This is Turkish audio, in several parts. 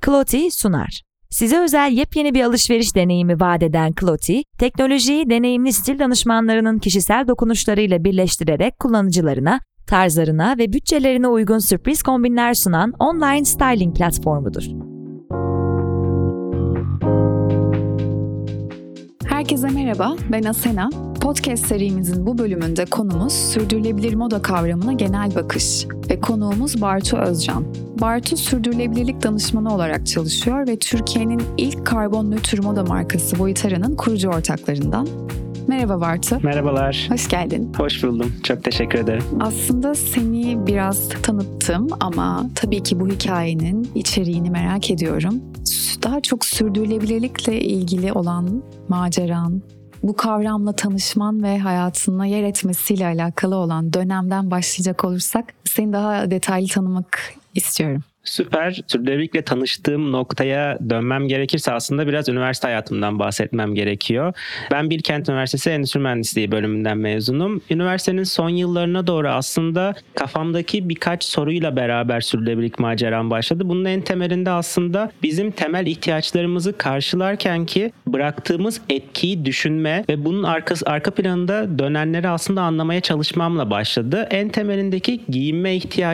Cloti sunar. Size özel yepyeni bir alışveriş deneyimi vaat eden Cloti, teknolojiyi deneyimli stil danışmanlarının kişisel dokunuşlarıyla birleştirerek kullanıcılarına, tarzlarına ve bütçelerine uygun sürpriz kombinler sunan online styling platformudur. Herkese merhaba, ben Asena. Podcast serimizin bu bölümünde konumuz sürdürülebilir moda kavramına genel bakış ve konuğumuz Bartu Özcan. Bartu sürdürülebilirlik danışmanı olarak çalışıyor ve Türkiye'nin ilk karbon nötr moda markası Voitera'nın kurucu ortaklarından. Merhaba Bartu. Merhabalar. Hoş geldin. Hoş buldum. Çok teşekkür ederim. Aslında seni biraz tanıttım ama tabii ki bu hikayenin içeriğini merak ediyorum. Daha çok sürdürülebilirlikle ilgili olan maceran, bu kavramla tanışman ve hayatına yer etmesiyle alakalı olan dönemden başlayacak olursak seni daha detaylı tanımak istiyorum. Süper. Sürdürülebilirlikle tanıştığım noktaya dönmem gerekirse aslında biraz üniversite hayatımdan bahsetmem gerekiyor. Ben Bilkent Üniversitesi Endüstri Mühendisliği bölümünden mezunum. Üniversitenin son yıllarına doğru aslında kafamdaki birkaç soruyla beraber sürdürülebilirlik maceram başladı. Bunun en temelinde aslında bizim temel ihtiyaçlarımızı karşılarken ki bıraktığımız etkiyi düşünme ve bunun arka planında dönenleri aslında anlamaya çalışmamla başladı. En temelindeki giyinme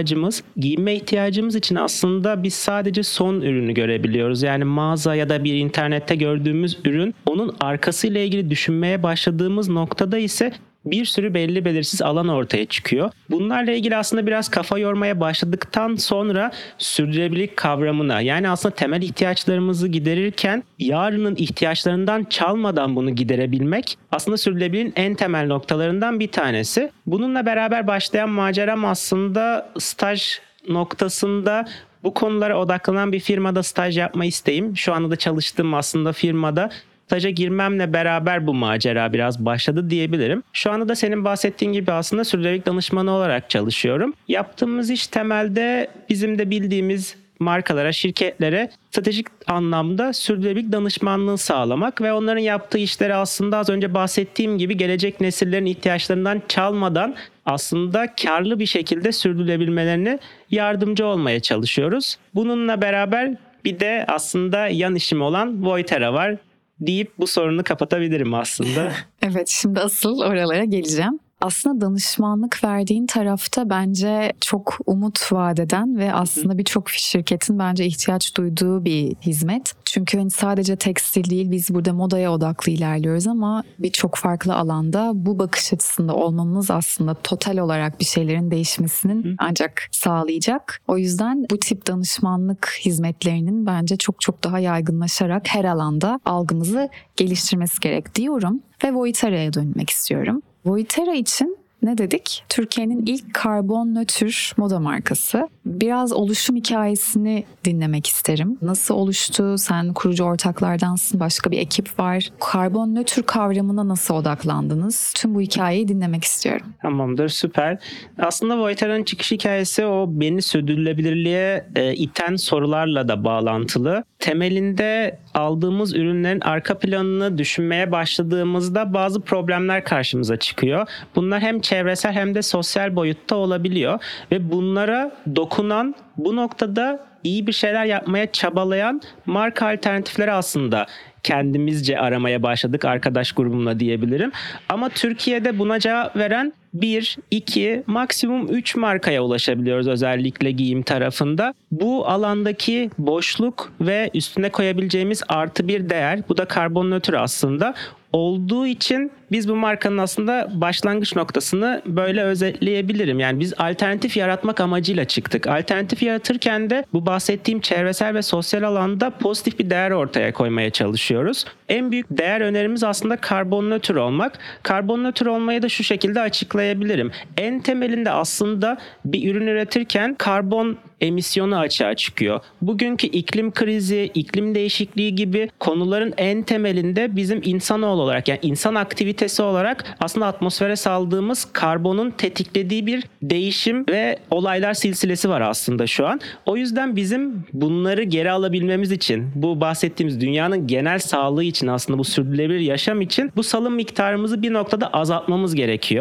ihtiyacımız için aslında biz sadece son ürünü görebiliyoruz. Yani mağaza ya da bir internette gördüğümüz ürün, onun arkasıyla ilgili düşünmeye başladığımız noktada ise bir sürü belli belirsiz alan ortaya çıkıyor. Bunlarla ilgili aslında biraz kafa yormaya başladıktan sonra sürdürülebilirlik kavramına, yani aslında temel ihtiyaçlarımızı giderirken yarının ihtiyaçlarından çalmadan bunu giderebilmek aslında sürdürülebilirliğin en temel noktalarından bir tanesi. Bununla beraber başlayan maceram aslında staj noktasında bu konulara odaklanan bir firmada staj yapma isteğim. Şu anda da çalıştığım aslında firmada staja girmemle beraber bu macera biraz başladı diyebilirim. Şu anda da senin bahsettiğin gibi aslında sürdürülebilirlik danışmanı olarak çalışıyorum. Yaptığımız iş temelde bizim de bildiğimiz markalara, şirketlere stratejik anlamda sürdürülebilirlik danışmanlığı sağlamak ve onların yaptığı işleri aslında az önce bahsettiğim gibi gelecek nesillerin ihtiyaçlarından çalmadan aslında karlı bir şekilde sürdürülebilmelerine yardımcı olmaya çalışıyoruz. Bununla beraber bir de aslında yan işim olan Voitera var deyip bu sorunu kapatabilirim aslında. Evet, şimdi asıl oralara geleceğim. Aslında danışmanlık verdiğin tarafta bence çok umut vaat eden ve aslında birçok şirketin bence ihtiyaç duyduğu bir hizmet. Çünkü hani sadece tekstil değil, biz burada modaya odaklı ilerliyoruz ama birçok farklı alanda bu bakış açısında olmamız aslında total olarak bir şeylerin değişmesinin ancak sağlayacak. O yüzden bu tip danışmanlık hizmetlerinin bence çok çok daha yaygınlaşarak her alanda algımızı geliştirmesi gerek diyorum ve Voitera'ya dönmek istiyorum. Voitera için ne dedik? Türkiye'nin ilk karbon nötr moda markası. Biraz oluşum hikayesini dinlemek isterim. Nasıl oluştu? Sen kurucu ortaklardansın, başka bir ekip var. Karbon nötr kavramına nasıl odaklandınız? Tüm bu hikayeyi dinlemek istiyorum. Tamamdır, süper. Aslında Voitera'nın çıkış hikayesi o beni sürdürülebilirliğe iten sorularla da bağlantılı. Temelinde aldığımız ürünlerin arka planını düşünmeye başladığımızda bazı problemler karşımıza çıkıyor. Bunlar hem çevresel hem de sosyal boyutta olabiliyor ve bunlara dokunan, bu noktada iyi bir şeyler yapmaya çabalayan marka alternatifleri aslında kendimizce aramaya başladık arkadaş grubumla diyebilirim. Ama Türkiye'de buna cevap veren 1, 2, maksimum 3 markaya ulaşabiliyoruz özellikle giyim tarafında. Bu alandaki boşluk ve üstüne koyabileceğimiz artı bir değer, bu da karbon nötr aslında olduğu için biz bu markanın aslında başlangıç noktasını böyle özetleyebilirim. Yani biz alternatif yaratmak amacıyla çıktık. Alternatif yaratırken de bu bahsettiğim çevresel ve sosyal alanda pozitif bir değer ortaya koymaya çalışıyoruz. En büyük değer önerimiz aslında karbon nötr olmak. Karbon nötr olmayı da şu şekilde açıklayabilirim. En temelinde aslında bir ürün üretirken karbon emisyonu açığa çıkıyor. Bugünkü iklim krizi, iklim değişikliği gibi konuların en temelinde bizim insanoğlu olarak, yani insan aktivitesi olarak aslında atmosfere saldığımız karbonun tetiklediği bir değişim ve olaylar silsilesi var aslında şu an. O yüzden bizim bunları geri alabilmemiz için, bu bahsettiğimiz dünyanın genel sağlığı için, aslında bu sürdürülebilir yaşam için bu salım miktarımızı bir noktada azaltmamız gerekiyor. Bunun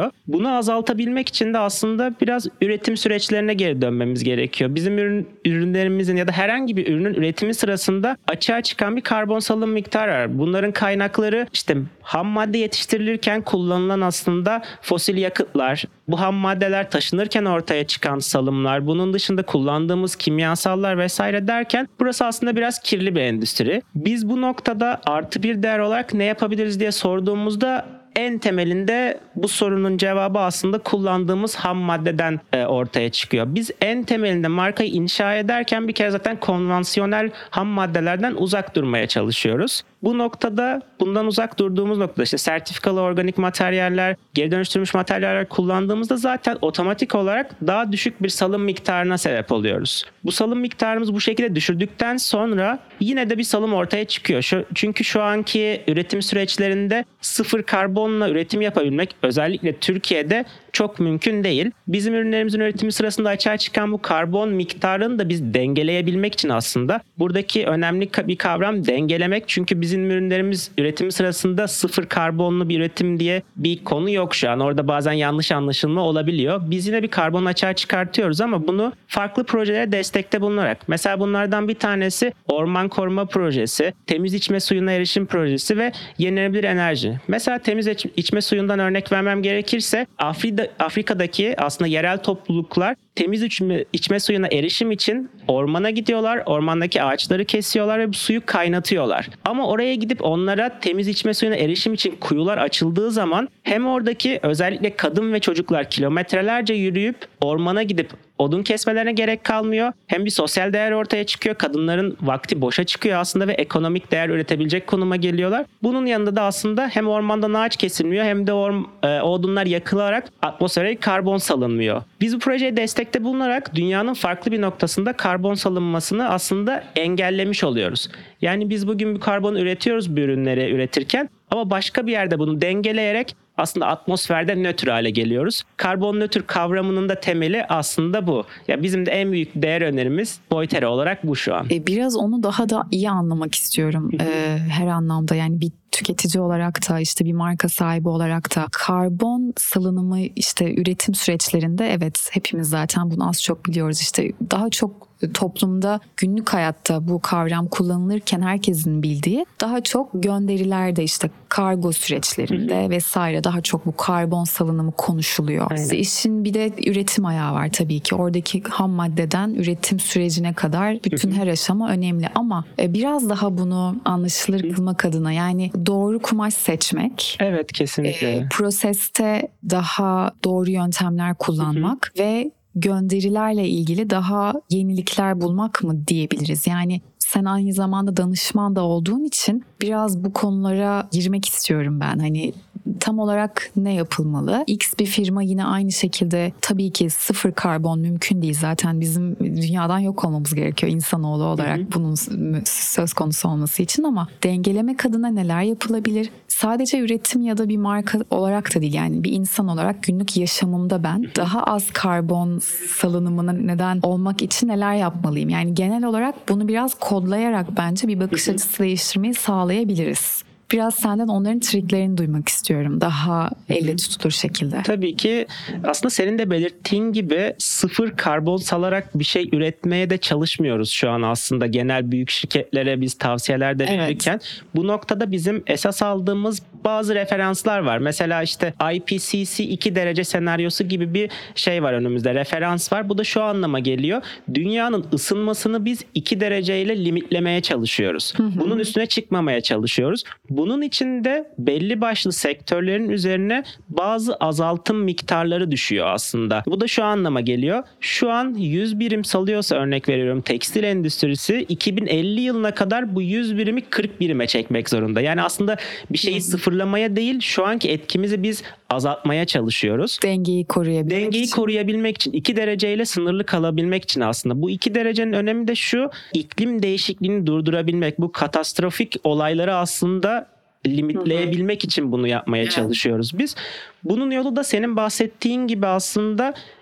Bunu azaltabilmek için de aslında biraz üretim süreçlerine geri dönmemiz gerekiyor. Bizim ürünlerimizin ya da herhangi bir ürünün üretimi sırasında açığa çıkan bir karbon salım miktarı var. Bunların kaynakları işte ham madde yetiştirilirken kullanılan aslında fosil yakıtlar, bu ham maddeler taşınırken ortaya çıkan salımlar, bunun dışında kullandığımız kimyasallar vesaire derken burası aslında biraz kirli bir endüstri. Biz bu noktada artı bir değer olarak ne yapabiliriz diye sorduğumuzda en temelinde bu sorunun cevabı aslında kullandığımız ham maddeden ortaya çıkıyor. Biz en temelinde markayı inşa ederken bir kere zaten konvansiyonel ham maddelerden uzak durmaya çalışıyoruz. Bu noktada bundan uzak durduğumuz noktada işte sertifikalı organik materyaller, geri dönüştürülmüş materyaller kullandığımızda zaten otomatik olarak daha düşük bir salım miktarına sebep oluyoruz. Bu salım miktarımız bu şekilde düşürdükten sonra yine de bir salım ortaya çıkıyor. Çünkü şu anki üretim süreçlerinde sıfır karbonla üretim yapabilmek özellikle Türkiye'de çok mümkün değil. Bizim ürünlerimizin üretimi sırasında açığa çıkan bu karbon miktarını da biz dengeleyebilmek için aslında buradaki önemli bir kavram dengelemek. Çünkü bizim ürünlerimiz üretimi sırasında sıfır karbonlu bir üretim diye bir konu yok şu an. Orada bazen yanlış anlaşılma olabiliyor. Biz yine bir karbon açığa çıkartıyoruz ama bunu farklı projelere destekte bulunarak. Mesela bunlardan bir tanesi orman koruma projesi, temiz içme suyuna erişim projesi ve yenilenebilir enerji. Mesela temiz içme suyundan örnek vermem gerekirse Afrika'daki aslında yerel topluluklar temiz içme suyuna erişim için ormana gidiyorlar. Ormandaki ağaçları kesiyorlar ve bu suyu kaynatıyorlar. Ama oraya gidip onlara temiz içme suyuna erişim için kuyular açıldığı zaman hem oradaki özellikle kadın ve çocuklar kilometrelerce yürüyüp ormana gidip odun kesmelerine gerek kalmıyor. Hem bir sosyal değer ortaya çıkıyor. Kadınların vakti boşa çıkıyor aslında ve ekonomik değer üretebilecek konuma geliyorlar. Bunun yanında da aslında hem ormandan ağaç kesilmiyor hem de odunlar yakılarak atmosfere karbon salınmıyor. Biz bu projeye destekte bulunarak dünyanın farklı bir noktasında karbon salınmasını aslında engellemiş oluyoruz. Yani biz bugün bir karbon üretiyoruz bu ürünleri üretirken ama başka bir yerde bunu dengeleyerek aslında atmosferde nötr hale geliyoruz. Karbon nötr kavramının da temeli aslında bu. Ya bizim de en büyük değer önerimiz Boytera olarak bu şu an. Biraz onu daha da iyi anlamak istiyorum her anlamda. Yani bir tüketici olarak da işte bir marka sahibi olarak da karbon salınımı işte üretim süreçlerinde evet hepimiz zaten bunu az çok biliyoruz. İşte daha çok toplumda günlük hayatta bu kavram kullanılırken herkesin bildiği daha çok gönderilerde işte kargo süreçlerinde vesaire daha çok bu karbon salınımı konuşuluyor. İşte işin bir de üretim ayağı var tabii ki. Oradaki ham maddeden üretim sürecine kadar bütün her aşama önemli ama biraz daha bunu anlaşılır kılmak adına yani doğru kumaş seçmek. Evet kesinlikle. Proseste daha doğru yöntemler kullanmak ve gönderilerle ilgili daha yenilikler bulmak mı diyebiliriz? Yani sen aynı zamanda danışman da olduğun için biraz bu konulara girmek istiyorum ben. Hani tam olarak ne yapılmalı? X bir firma yine aynı şekilde tabii ki sıfır karbon mümkün değil. Zaten bizim dünyadan yok olmamız gerekiyor insanoğlu olarak bunun söz konusu olması için ama dengelemek adına neler yapılabilir? Sadece üretim ya da bir marka olarak da değil yani bir insan olarak günlük yaşamımda ben daha az karbon salınımına neden olmak için neler yapmalıyım? Yani genel olarak bunu biraz kodlayarak bence bir bakış açısı değiştirmeyi sağlayabiliriz. Biraz senden onların triklerini duymak istiyorum. Daha elle tutulur şekilde. Tabii ki aslında senin de belirttiğin gibi sıfır karbon salarak bir şey üretmeye de çalışmıyoruz şu an aslında. Genel büyük şirketlere biz tavsiyelerde verirken bu noktada bizim esas aldığımız bazı referanslar var. Mesela işte IPCC 2 derece senaryosu gibi bir şey var önümüzde. Referans var. Bu da şu anlama geliyor. Dünyanın ısınmasını biz 2 dereceyle limitlemeye çalışıyoruz. Bunun üstüne çıkmamaya çalışıyoruz. Bunun için de belli başlı sektörlerin üzerine bazı azaltım miktarları düşüyor aslında. Bu da şu anlama geliyor. Şu an 100 birim salıyorsa örnek veriyorum tekstil endüstrisi 2050 yılına kadar bu 100 birimi 40 birime çekmek zorunda. Yani aslında bir şeyi sıfırlamaya değil şu anki etkimizi biz azaltmaya çalışıyoruz. Dengeyi koruyabilmek için 2 dereceyle sınırlı kalabilmek için aslında. Bu 2 derecenin önemi de şu iklim değişikliğini durdurabilmek. Bu katastrofik olayları aslında limitleyebilmek için bunu yapmaya çalışıyoruz biz. Bunun yolu da senin bahsettiğin gibi aslında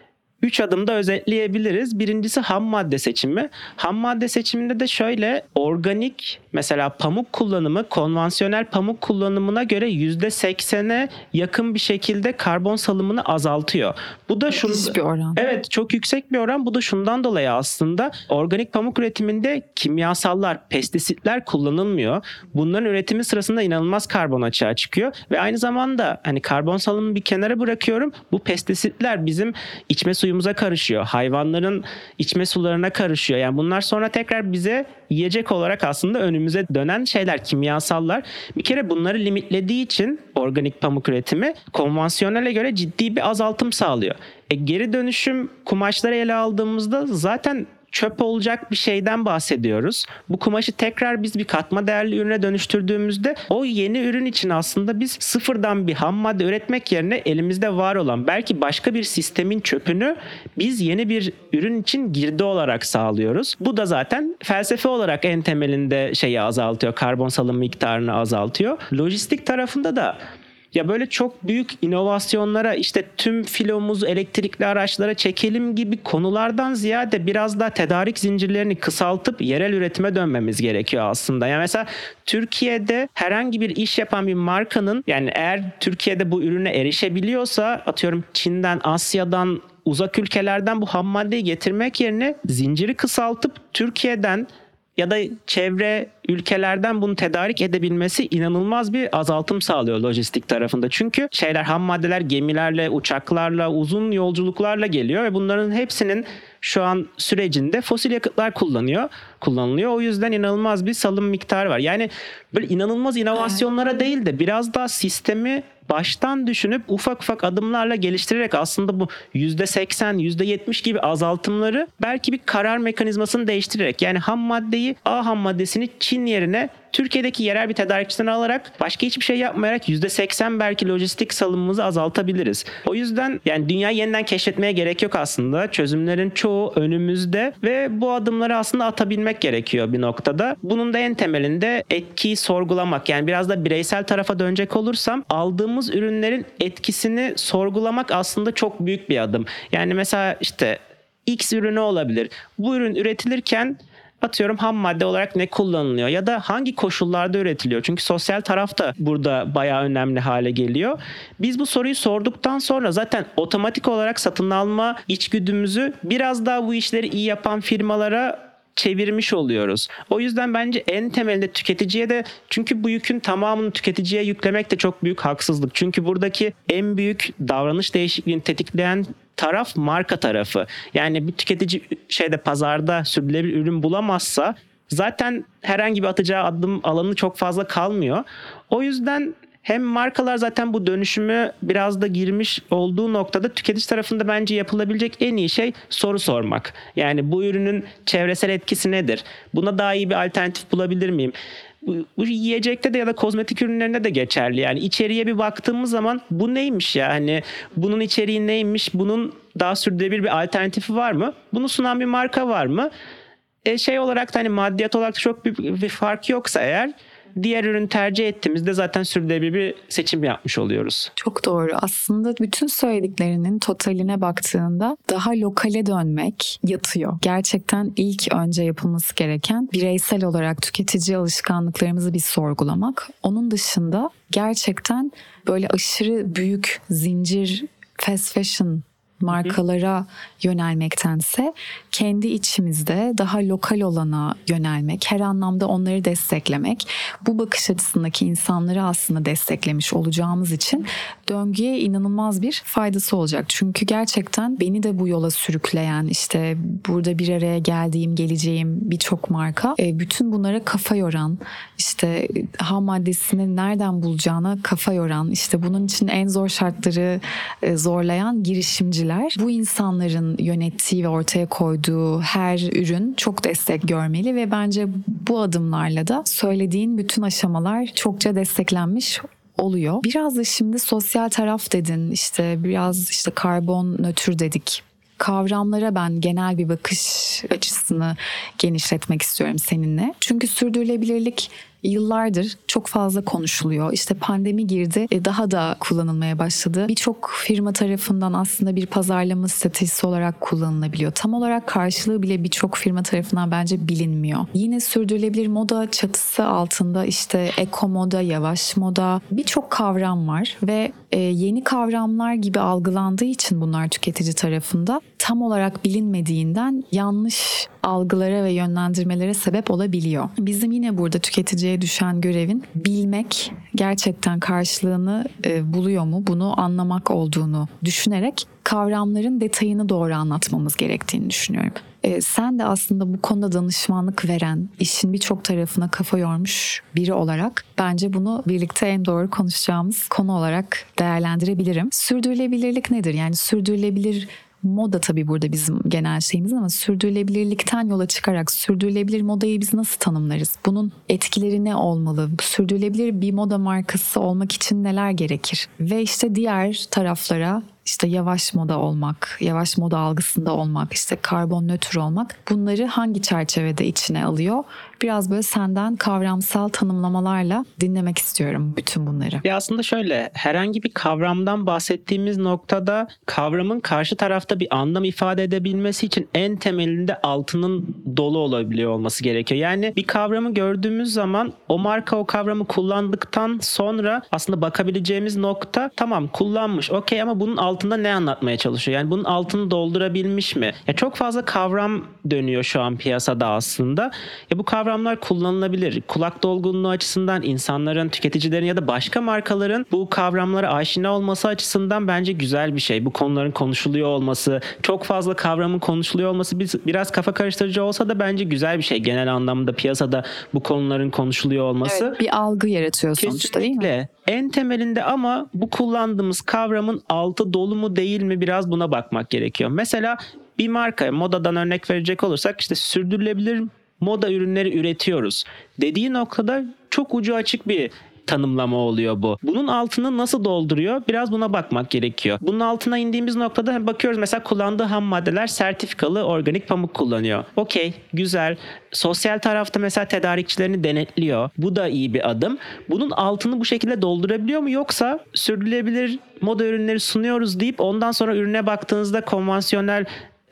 3 adımda özetleyebiliriz. Birincisi ham madde seçimi. Ham madde seçiminde de şöyle, organik mesela pamuk kullanımı konvansiyonel pamuk kullanımına göre %80'e yakın bir şekilde karbon salımını azaltıyor. Bu da Müthiş bir oran. Evet, çok yüksek bir oran. Bu da şundan dolayı aslında organik pamuk üretiminde kimyasallar, pestisitler kullanılmıyor. Bunların üretimi sırasında inanılmaz karbon açığa çıkıyor ve aynı zamanda hani karbon salımını bir kenara bırakıyorum. Bu pestisitler bizim içme suyumuza karışıyor. Hayvanların içme sularına karışıyor. Yani bunlar sonra tekrar bize yiyecek olarak aslında önümüze dönen şeyler, kimyasallar. Bir kere bunları limitlediği için organik pamuk üretimi konvansiyonele göre ciddi bir azaltım sağlıyor. Geri dönüşüm kumaşları ele aldığımızda zaten çöp olacak bir şeyden bahsediyoruz. Bu kumaşı tekrar biz bir katma değerli ürüne dönüştürdüğümüzde o yeni ürün için aslında biz sıfırdan bir ham madde üretmek yerine elimizde var olan belki başka bir sistemin çöpünü biz yeni bir ürün için girdi olarak sağlıyoruz. Bu da zaten felsefe olarak en temelinde şeyi azaltıyor. Karbon salım miktarını azaltıyor. Lojistik tarafında da ya böyle çok büyük inovasyonlara, işte tüm filomuzu elektrikli araçlara çekelim gibi konulardan ziyade biraz daha tedarik zincirlerini kısaltıp yerel üretime dönmemiz gerekiyor aslında. Yani mesela Türkiye'de herhangi bir iş yapan bir markanın, yani eğer Türkiye'de bu ürüne erişebiliyorsa, atıyorum Çin'den, Asya'dan, uzak ülkelerden bu ham maddeyi getirmek yerine zinciri kısaltıp Türkiye'den ya da çevre ülkelerden bunu tedarik edebilmesi inanılmaz bir azaltım sağlıyor lojistik tarafında. Çünkü ham maddeler gemilerle, uçaklarla, uzun yolculuklarla geliyor ve bunların hepsinin şu an sürecinde fosil yakıtlar kullanılıyor. O yüzden inanılmaz bir salım miktarı var. Yani böyle inanılmaz inovasyonlara değil de biraz daha sistemi baştan düşünüp ufak ufak adımlarla geliştirerek aslında bu %80, %70 gibi azaltımları belki bir karar mekanizmasını değiştirerek, yani ham maddeyi, A ham maddesini Çin yerine Türkiye'deki yerel bir tedarikçiden alarak başka hiçbir şey yapmayarak %80 belki lojistik salımımızı azaltabiliriz. O yüzden yani dünyayı yeniden keşfetmeye gerek yok aslında. Çözümlerin çoğu önümüzde ve bu adımları aslında atabilmek gerekiyor bir noktada. Bunun da en temelinde etkiyi sorgulamak. Yani biraz da bireysel tarafa dönecek olursam, aldığımız ürünlerin etkisini sorgulamak aslında çok büyük bir adım. Yani mesela işte X ürünü olabilir. Bu ürün üretilirken atıyorum ham madde olarak ne kullanılıyor ya da hangi koşullarda üretiliyor? Çünkü sosyal taraf da burada bayağı önemli hale geliyor. Biz bu soruyu sorduktan sonra zaten otomatik olarak satın alma içgüdümüzü biraz daha bu işleri iyi yapan firmalara çevirmiş oluyoruz. O yüzden bence en temelde tüketiciye de, çünkü bu yükün tamamını tüketiciye yüklemek de çok büyük haksızlık. Çünkü buradaki en büyük davranış değişikliğini tetikleyen taraf marka tarafı. Yani bir tüketici pazarda sürdürülebilir ürün bulamazsa zaten herhangi bir atacağı adım alanı çok fazla kalmıyor. O yüzden hem markalar zaten bu dönüşümü biraz da girmiş olduğu noktada tüketici tarafında bence yapılabilecek en iyi şey soru sormak. Yani bu ürünün çevresel etkisi nedir? Buna daha iyi bir alternatif bulabilir miyim? Bu yiyecekte de ya da kozmetik ürünlerinde de geçerli. Yani içeriye bir baktığımız zaman bu neymiş ya? Hani bunun içeriği neymiş? Bunun daha sürdürülebilir bir alternatifi var mı? Bunu sunan bir marka var mı? Olarak da hani maddiyat olarak çok bir fark yoksa eğer, diğer ürünü tercih ettiğimizde zaten sürdürülebilir bir seçim yapmış oluyoruz. Çok doğru. Aslında bütün söylediklerinin totaline baktığında daha lokale dönmek yatıyor. Gerçekten ilk önce yapılması gereken bireysel olarak tüketici alışkanlıklarımızı bir sorgulamak. Onun dışında gerçekten böyle aşırı büyük zincir fast fashion markalara yönelmektense kendi içimizde daha lokal olana yönelmek, her anlamda onları desteklemek, bu bakış açısındaki insanları aslında desteklemiş olacağımız için döngüye inanılmaz bir faydası olacak. Çünkü gerçekten beni de bu yola sürükleyen, işte burada bir araya geleceğim birçok marka bütün bunlara kafa yoran, işte ham maddesini nereden bulacağına kafa yoran, işte bunun için en zor şartları zorlayan girişimciler. Bu insanların yönettiği ve ortaya koyduğu her ürün çok destek görmeli ve bence bu adımlarla da söylediğin bütün aşamalar çokça desteklenmiş oluyor. Biraz da şimdi sosyal taraf dedin, işte biraz işte karbon nötr dedik. Kavramlara ben genel bir bakış açısını genişletmek istiyorum seninle. Çünkü sürdürülebilirlik yıllardır çok fazla konuşuluyor. İşte pandemi girdi, daha da kullanılmaya başladı. Birçok firma tarafından aslında bir pazarlama stratejisi olarak kullanılabiliyor. Tam olarak karşılığı bile birçok firma tarafından bence bilinmiyor. Yine sürdürülebilir moda çatısı altında işte eko moda, yavaş moda, birçok kavram var ve yeni kavramlar gibi algılandığı için bunlar tüketici tarafında tam olarak bilinmediğinden yanlış algılara ve yönlendirmelere sebep olabiliyor. Bizim yine burada tüketiciye düşen görevin bilmek, gerçekten karşılığını buluyor mu bunu anlamak olduğunu düşünerek kavramların detayını doğru anlatmamız gerektiğini düşünüyorum. Sen de aslında bu konuda danışmanlık veren, işin birçok tarafına kafa yormuş biri olarak bence bunu birlikte en doğru konuşacağımız konu olarak değerlendirebilirim. Sürdürülebilirlik nedir? Yani sürdürülebilir moda tabii burada bizim genel şeyimiz ama sürdürülebilirlikten yola çıkarak sürdürülebilir modayı biz nasıl tanımlarız? Bunun etkileri ne olmalı? Sürdürülebilir bir moda markası olmak için neler gerekir? Ve işte diğer taraflara işte yavaş moda olmak, yavaş moda algısında olmak, işte karbon nötr olmak bunları hangi çerçevede içine alıyor? Biraz böyle senden kavramsal tanımlamalarla dinlemek istiyorum bütün bunları. Ya aslında şöyle, herhangi bir kavramdan bahsettiğimiz noktada kavramın karşı tarafta bir anlam ifade edebilmesi için en temelinde altının dolu olabiliyor olması gerekiyor. Yani bir kavramı gördüğümüz zaman o marka o kavramı kullandıktan sonra aslında bakabileceğimiz nokta tamam kullanmış okey ama bunun altında ne anlatmaya çalışıyor? Yani bunun altını doldurabilmiş mi? Ya çok fazla kavram dönüyor şu an piyasada aslında. Bu kavramlar kullanılabilir. Kulak dolgunluğu açısından insanların, tüketicilerin ya da başka markaların bu kavramlara aşina olması açısından bence güzel bir şey. Bu konuların konuşuluyor olması, çok fazla kavramın konuşuluyor olması biraz kafa karıştırıcı olsa da bence güzel bir şey. Genel anlamda piyasada bu konuların konuşuluyor olması. Evet, bir algı yaratıyor sonuçta değil mi? En temelinde ama bu kullandığımız kavramın altı dolu mu değil mi biraz buna bakmak gerekiyor. Mesela bir marka, modadan örnek verecek olursak işte sürdürülebilir moda ürünleri üretiyoruz dediği noktada çok ucu açık bir tanımlama oluyor bu. Bunun altını nasıl dolduruyor? Biraz buna bakmak gerekiyor. Bunun altına indiğimiz noktada bakıyoruz mesela kullandığı ham maddeler sertifikalı organik pamuk kullanıyor. Okey, güzel. Sosyal tarafta mesela tedarikçilerini denetliyor. Bu da iyi bir adım. Bunun altını bu şekilde doldurabiliyor mu? Yoksa sürdürülebilir moda ürünleri sunuyoruz deyip ondan sonra ürüne baktığınızda konvansiyonel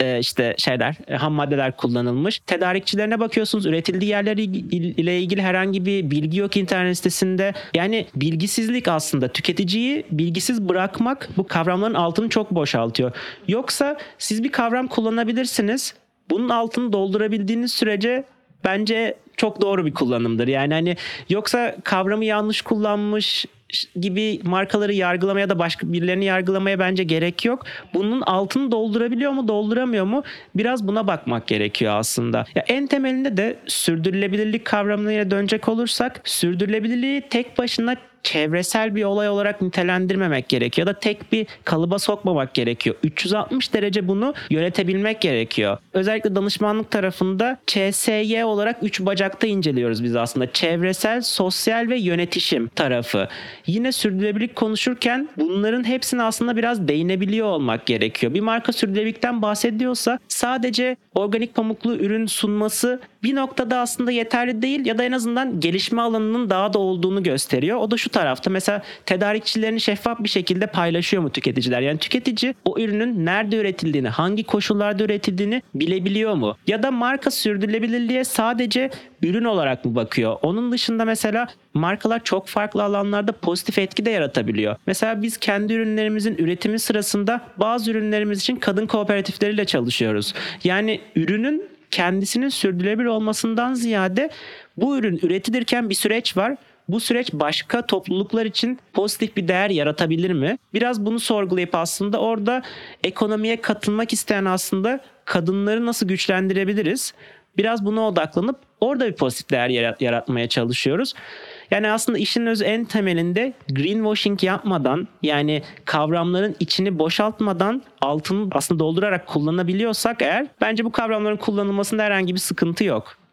ham maddeler kullanılmış. Tedarikçilerine bakıyorsunuz, üretildiği yerleri ile ilgili herhangi bir bilgi yok internet sitesinde. Yani bilgisizlik aslında. Tüketiciyi bilgisiz bırakmak bu kavramların altını çok boşaltıyor. Yoksa siz bir kavram kullanabilirsiniz. Bunun altını doldurabildiğiniz sürece bence çok doğru bir kullanımdır. Yani hani yoksa kavramı yanlış kullanmış gibi markaları yargılamaya da başka birilerini yargılamaya bence gerek yok. Bunun altını doldurabiliyor mu, dolduramıyor mu? Biraz buna bakmak gerekiyor aslında. Ya en temelinde de sürdürülebilirlik kavramına dönecek olursak, sürdürülebilirliği tek başına çevresel bir olay olarak nitelendirmemek gerekiyor ya da tek bir kalıba sokmamak gerekiyor. 360 derece bunu yönetebilmek gerekiyor. Özellikle danışmanlık tarafında CSY olarak 3 bacakta inceliyoruz biz aslında. Çevresel, sosyal ve yönetişim tarafı. Yine sürdürülebilirlik konuşurken bunların hepsine aslında biraz değinebiliyor olmak gerekiyor. Bir marka sürdürülebilirlikten bahsediyorsa sadece organik pamuklu ürün sunması bir noktada aslında yeterli değil ya da en azından gelişme alanının daha da olduğunu gösteriyor. O da şu tarafta mesela tedarikçilerini şeffaf bir şekilde paylaşıyor mu tüketiciler? Yani tüketici o ürünün nerede üretildiğini, hangi koşullarda üretildiğini bilebiliyor mu? Ya da marka sürdürülebilirliğe sadece ürün olarak mı bakıyor? Onun dışında mesela markalar çok farklı alanlarda pozitif etki de yaratabiliyor. Mesela biz kendi ürünlerimizin üretimi sırasında bazı ürünlerimiz için kadın kooperatifleriyle çalışıyoruz. Yani ürünün kendisinin sürdürülebilir olmasından ziyade bu ürün üretilirken bir süreç var. Bu süreç başka topluluklar için pozitif bir değer yaratabilir mi? Biraz bunu sorgulayıp aslında orada ekonomiye katılmak isteyen aslında kadınları nasıl güçlendirebiliriz? Biraz buna odaklanıp orada bir pozitif değer yaratmaya çalışıyoruz. Yani aslında işin özü en temelinde greenwashing yapmadan, yani kavramların içini boşaltmadan altını aslında doldurarak kullanabiliyorsak eğer bence bu kavramların kullanılmasında herhangi bir sıkıntı yok.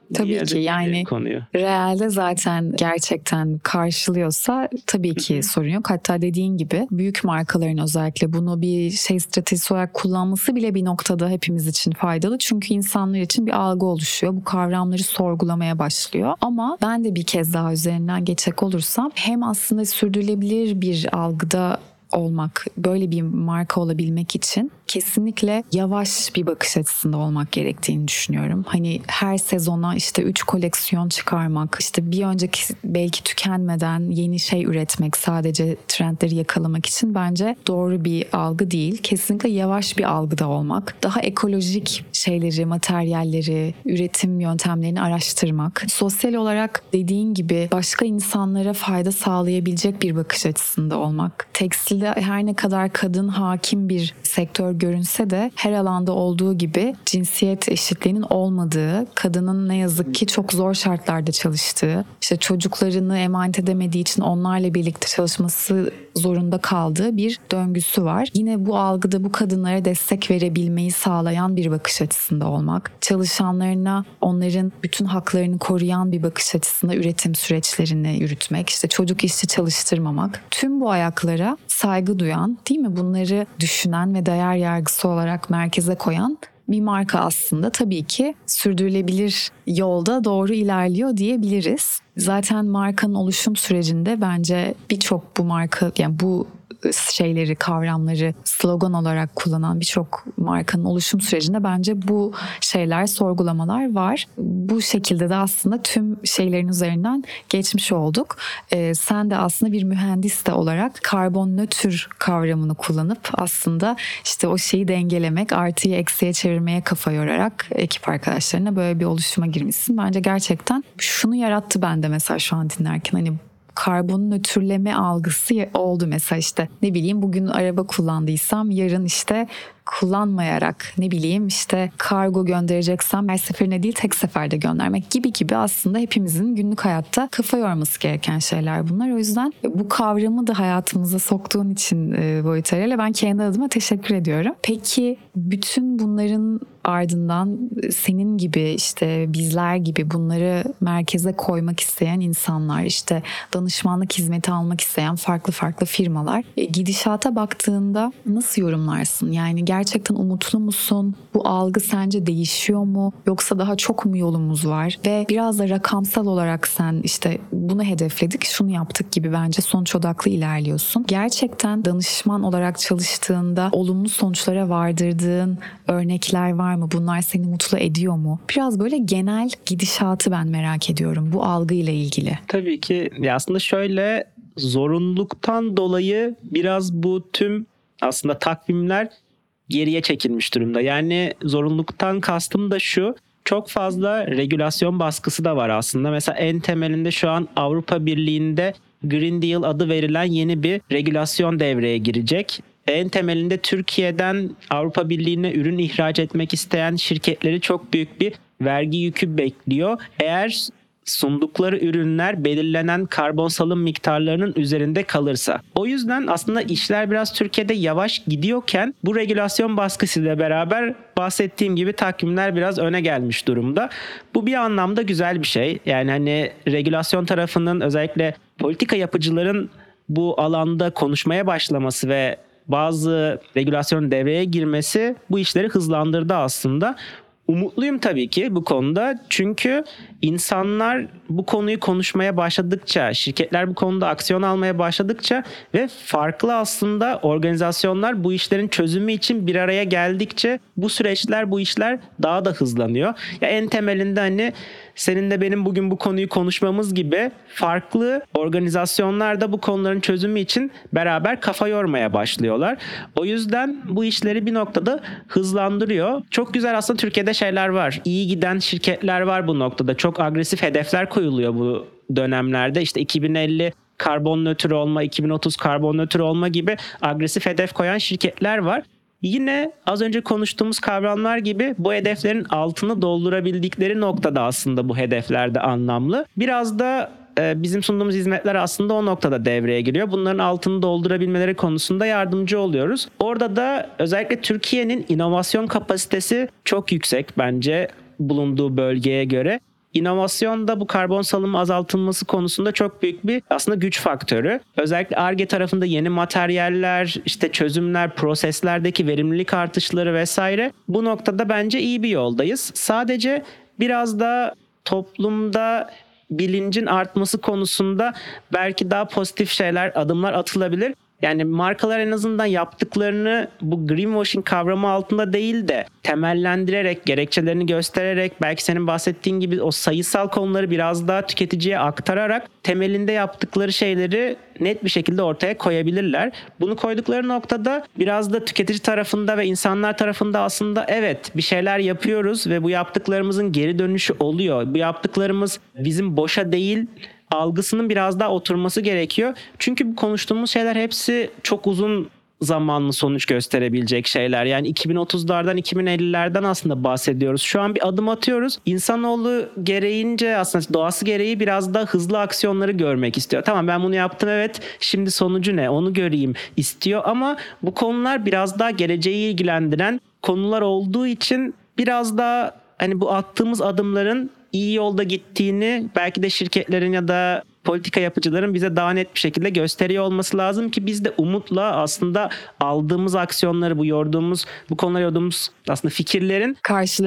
Tabii ki yani konuyu. Realde zaten gerçekten karşılıyorsa tabii ki sorun yok. Hatta dediğin gibi büyük markaların özellikle bunu bir stratejisi olarak kullanması bile bir noktada hepimiz için faydalı. Çünkü insanlar için bir algı oluşuyor. Bu kavramları sorgulamaya başlıyor. Ama ben de bir kez daha üzerinden geçecek olursam hem aslında sürdürülebilir bir algıda olmak, böyle bir marka olabilmek için kesinlikle yavaş bir bakış açısında olmak gerektiğini düşünüyorum. Hani her sezona 3 koleksiyon çıkarmak, bir önceki belki tükenmeden yeni şey üretmek sadece trendleri yakalamak için bence doğru bir algı değil. Kesinlikle yavaş bir algıda olmak, daha ekolojik şeyleri, materyalleri, üretim yöntemlerini araştırmak, sosyal olarak dediğin gibi başka insanlara fayda sağlayabilecek bir bakış açısında olmak. Tekstilde her ne kadar kadın hakim bir sektör görünse de her alanda olduğu gibi cinsiyet eşitliğinin olmadığı, kadının ne yazık ki çok zor şartlarda çalıştığı, çocuklarını emanet edemediği için onlarla birlikte çalışması zorunda kaldığı bir döngüsü var. Yine bu algıda bu kadınlara destek verebilmeyi sağlayan bir bakış açısında olmak, çalışanlarına onların bütün haklarını koruyan bir bakış açısında üretim süreçlerini yürütmek, çocuk işçi çalıştırmamak, tüm bu ayaklara saygı duyan, değil mi? Bunları düşünen ve değer yargısı olarak merkeze koyan bir marka aslında tabii ki sürdürülebilir yolda doğru ilerliyor diyebiliriz. Zaten markanın oluşum sürecinde bence birçok bu marka, yani bu şeyleri, kavramları slogan olarak kullanan birçok markanın oluşum sürecinde bence bu şeyler, sorgulamalar var. Bu şekilde de aslında tüm şeylerin üzerinden geçmiş olduk. Sen de aslında bir mühendis de olarak karbon nötr kavramını kullanıp aslında o şeyi dengelemek, artıyı eksiye çevirmeye kafa yorarak ekip arkadaşlarına böyle bir oluşuma girmişsin. Bence gerçekten şunu yarattı bende mesela şu an dinlerken, hani karbon nötrleme algısı oldu mesela, ne bileyim bugün araba kullandıysam yarın kullanmayarak, ne bileyim kargo göndereceksem her seferine değil tek seferde göndermek gibi aslında hepimizin günlük hayatta kafa yorması gereken şeyler bunlar. O yüzden bu kavramı da hayatımıza soktuğun için Boyutarel'e ben kendi adıma teşekkür ediyorum. Peki bütün bunların ardından senin gibi bizler gibi bunları merkeze koymak isteyen insanlar, danışmanlık hizmeti almak isteyen farklı firmalar gidişata baktığında nasıl yorumlarsın? Yani gerçekten umutlu musun? Bu algı sence değişiyor mu? Yoksa daha çok mu yolumuz var? Ve biraz da rakamsal olarak sen bunu hedefledik, şunu yaptık gibi bence sonuç odaklı ilerliyorsun. Gerçekten danışman olarak çalıştığında olumlu sonuçlara vardırdığın örnekler var mı? Bunlar seni mutlu ediyor mu? Biraz böyle genel gidişatı ben merak ediyorum bu algıyla ilgili. Tabii ki. Ya aslında şöyle, zorunluluktan dolayı biraz bu tüm aslında takvimler geriye çekilmiş durumda. Yani zorunluluktan kastım da şu: çok fazla regülasyon baskısı da var aslında. Mesela en temelinde şu an Avrupa Birliği'nde Green Deal adı verilen yeni bir regülasyon devreye girecek. En temelinde Türkiye'den Avrupa Birliği'ne ürün ihraç etmek isteyen şirketleri çok büyük bir vergi yükü bekliyor. Eğer sundukları ürünler belirlenen karbon salım miktarlarının üzerinde kalırsa. O yüzden aslında işler biraz Türkiye'de yavaş gidiyorken bu regülasyon baskısıyla beraber bahsettiğim gibi takvimler biraz öne gelmiş durumda. Bu bir anlamda güzel bir şey. Yani hani regülasyon tarafının, özellikle politika yapıcıların bu alanda konuşmaya başlaması ve bazı regülasyonun devreye girmesi bu işleri hızlandırdı aslında. Umutluyum tabii ki bu konuda, çünkü insanlar bu konuyu konuşmaya başladıkça, şirketler bu konuda aksiyon almaya başladıkça ve farklı aslında organizasyonlar bu işlerin çözümü için bir araya geldikçe bu süreçler, bu işler daha da hızlanıyor. Ya en temelinde hani senin de benim bugün bu konuyu konuşmamız gibi farklı organizasyonlar da bu konuların çözümü için beraber kafa yormaya başlıyorlar. O yüzden bu işleri bir noktada hızlandırıyor. Çok güzel aslında Türkiye'de şeyler var. İyi giden şirketler var bu noktada. Çok agresif hedefler koyuluyor bu dönemlerde. 2050 karbon nötr olma, 2030 karbon nötr olma gibi agresif hedef koyan şirketler var. Yine az önce konuştuğumuz kavramlar gibi bu hedeflerin altını doldurabildikleri noktada aslında bu hedefler de anlamlı. Biraz da bizim sunduğumuz hizmetler aslında o noktada devreye giriyor. Bunların altını doldurabilmeleri konusunda yardımcı oluyoruz. Orada da özellikle Türkiye'nin inovasyon kapasitesi çok yüksek bence bulunduğu bölgeye göre. inovasyon da bu karbon salımı azaltılması konusunda çok büyük bir aslında güç faktörü. Özellikle Ar-Ge tarafında yeni materyaller, işte çözümler, proseslerdeki verimlilik artışları vesaire, bu noktada bence iyi bir yoldayız. Sadece biraz da toplumda bilincin artması konusunda belki daha pozitif adımlar atılabilir. Yani markalar en azından yaptıklarını bu greenwashing kavramı altında değil de temellendirerek, gerekçelerini göstererek, belki senin bahsettiğin gibi o sayısal konuları biraz daha tüketiciye aktararak temelinde yaptıkları şeyleri net bir şekilde ortaya koyabilirler. Bunu koydukları noktada biraz da tüketici tarafında ve insanlar tarafında aslında evet bir şeyler yapıyoruz ve bu yaptıklarımızın geri dönüşü oluyor. Bu yaptıklarımız bizim boşa değil algısının biraz daha oturması gerekiyor. Çünkü bu konuştuğumuz şeyler hepsi çok uzun zamanlı sonuç gösterebilecek şeyler. Yani 2030'lardan 2050'lerden aslında bahsediyoruz. Şu an bir adım atıyoruz. İnsanoğlu gereğince aslında doğası gereği biraz daha hızlı aksiyonları görmek istiyor. Tamam ben bunu yaptım evet şimdi sonucu ne onu göreyim istiyor ama bu konular biraz daha geleceği ilgilendiren konular olduğu için biraz daha hani bu attığımız adımların iyi yolda gittiğini belki de şirketlerin ya da politika yapıcıların bize daha net bir şekilde gösteriyor olması lazım ki biz de umutla aslında aldığımız aksiyonları, bu konulara yorduğumuz aslında fikirlerin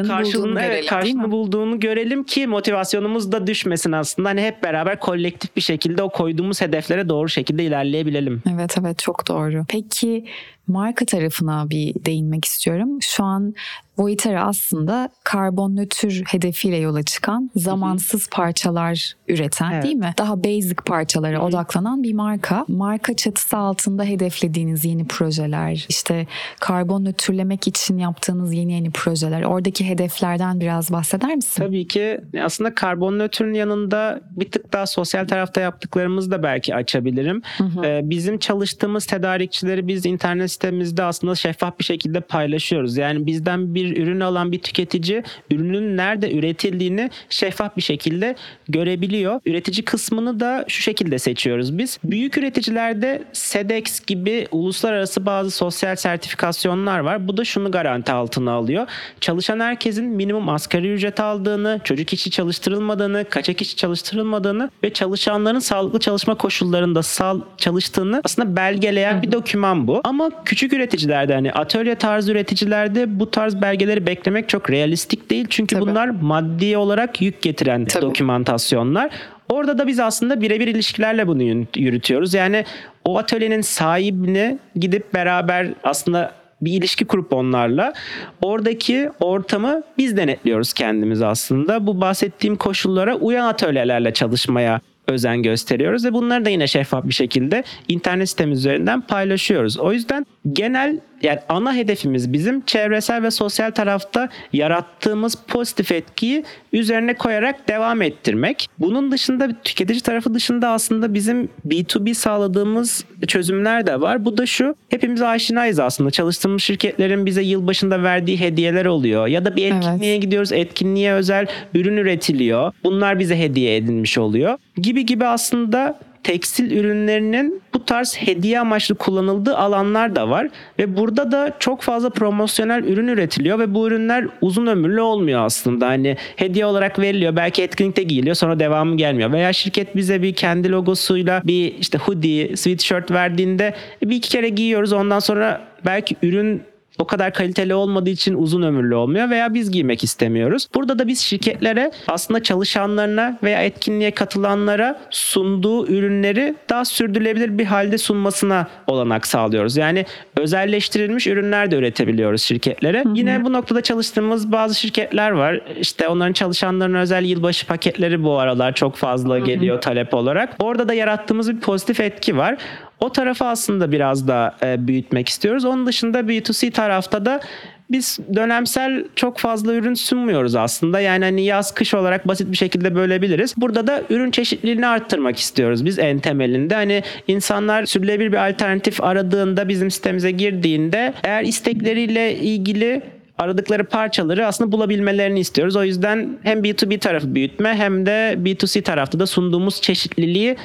karşılığını bulduğunu görelim ki motivasyonumuz da düşmesin aslında. Hani hep beraber kolektif bir şekilde o koyduğumuz hedeflere doğru şekilde ilerleyebilelim. Evet çok doğru. Peki marka tarafına bir değinmek istiyorum. Şu an Voitera aslında karbon nötr hedefiyle yola çıkan zamansız parçalar üreten değil mi? Daha basic parçalara odaklanan bir marka. Marka çatısı altında hedeflediğiniz yeni projeler, işte karbon nötrlemek için yaptığınız yeni projeler, oradaki hedeflerden biraz bahseder misin? Tabii ki aslında karbon nötrün yanında bir tık daha sosyal tarafta yaptıklarımızı da belki açabilirim. Bizim çalıştığımız tedarikçileri biz internet sitemizde aslında şeffaf bir şekilde paylaşıyoruz. Yani bizden bir ürün alan bir tüketici ürünün nerede üretildiğini şeffaf bir şekilde görebiliyor. Üretici kısmını da şu şekilde seçiyoruz biz. Büyük üreticilerde SEDEX gibi uluslararası bazı sosyal sertifikasyonlar var. Bu da şunu garanti altına alıyor. Çalışan herkesin minimum asgari ücret aldığını, çocuk işçi çalıştırılmadığını, kaçak işçi çalıştırılmadığını ve çalışanların sağlıklı çalışma koşullarında çalıştığını aslında belgeleyen bir doküman bu. Ama küçük üreticilerde hani atölye tarzı üreticilerde bu tarz belgeleri beklemek çok realistik değil. Çünkü bunlar maddi olarak yük getiren dokümantasyonlar. Orada da biz aslında birebir ilişkilerle bunu yürütüyoruz. Yani o atölyenin sahibine gidip beraber aslında bir ilişki kurup onlarla oradaki ortamı biz denetliyoruz kendimiz aslında. Bu bahsettiğim koşullara uyan atölyelerle çalışmaya özen gösteriyoruz ve bunları da yine şeffaf bir şekilde internet sitemiz üzerinden paylaşıyoruz. O yüzden yani ana hedefimiz bizim çevresel ve sosyal tarafta yarattığımız pozitif etkiyi üzerine koyarak devam ettirmek. Bunun dışında tüketici tarafı dışında aslında bizim B2B sağladığımız çözümler de var. Bu da şu, hepimiz aşinayız aslında. Çalıştığımız şirketlerin bize yılbaşında verdiği hediyeler oluyor. Ya da bir etkinliğe gidiyoruz, etkinliğe özel ürün üretiliyor. Bunlar bize hediye edilmiş oluyor. Gibi aslında tekstil ürünlerinin bu tarz hediye amaçlı kullanıldığı alanlar da var ve burada da çok fazla promosyonel ürün üretiliyor ve bu ürünler uzun ömürlü olmuyor aslında. Hani hediye olarak veriliyor, belki etkinlikte giyiliyor, sonra devamı gelmiyor. Veya şirket bize bir kendi logosuyla bir işte hoodie, sweatshirt verdiğinde bir iki kere giyiyoruz, ondan sonra belki ürün o kadar kaliteli olmadığı için uzun ömürlü olmuyor veya biz giymek istemiyoruz. Burada da biz şirketlere aslında çalışanlarına veya etkinliğe katılanlara sunduğu ürünleri daha sürdürülebilir bir halde sunmasına olanak sağlıyoruz. Yani özelleştirilmiş ürünler de üretebiliyoruz şirketlere. Yine bu noktada çalıştığımız bazı şirketler var. İşte onların çalışanlarına özel yılbaşı paketleri bu aralar çok fazla geliyor talep olarak. Orada da yarattığımız bir pozitif etki var. O tarafı aslında biraz da büyütmek istiyoruz. Onun dışında B2C tarafta da biz dönemsel çok fazla ürün sunmuyoruz aslında. Yani hani yaz kış olarak basit bir şekilde bölebiliriz. Burada da ürün çeşitliliğini arttırmak istiyoruz biz en temelinde. Hani insanlar sürdürülebilir bir alternatif aradığında bizim sitemize girdiğinde eğer istekleriyle ilgili aradıkları parçaları aslında bulabilmelerini istiyoruz. O yüzden hem B2B tarafı büyütme hem de B2C tarafta da sunduğumuz çeşitliliği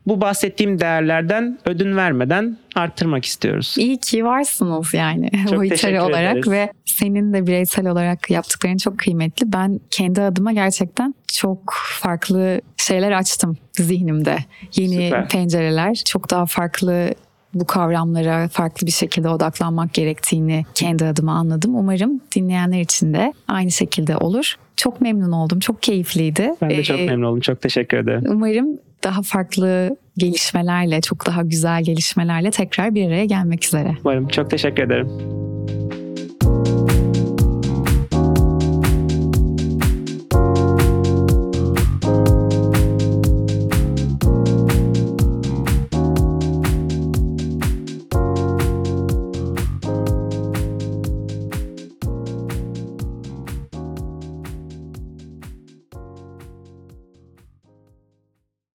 bu bahsettiğim değerlerden ödün vermeden arttırmak istiyoruz. İyi ki varsınız yani Çok Boyuteri teşekkür olarak ederiz. ve senin de bireysel olarak yaptıkların çok kıymetli. Ben kendi adıma gerçekten çok farklı şeyler açtım zihnimde. Yeni Süper. pencereler, çok daha farklı bu kavramlara farklı bir şekilde odaklanmak gerektiğini kendi adıma anladım. Umarım dinleyenler için de aynı şekilde olur. Çok memnun oldum. Çok keyifliydi. Ben de çok memnun oldum. Çok teşekkür ederim. Umarım daha farklı gelişmelerle, çok daha güzel gelişmelerle tekrar bir araya gelmek üzere. Umarım. Çok teşekkür ederim.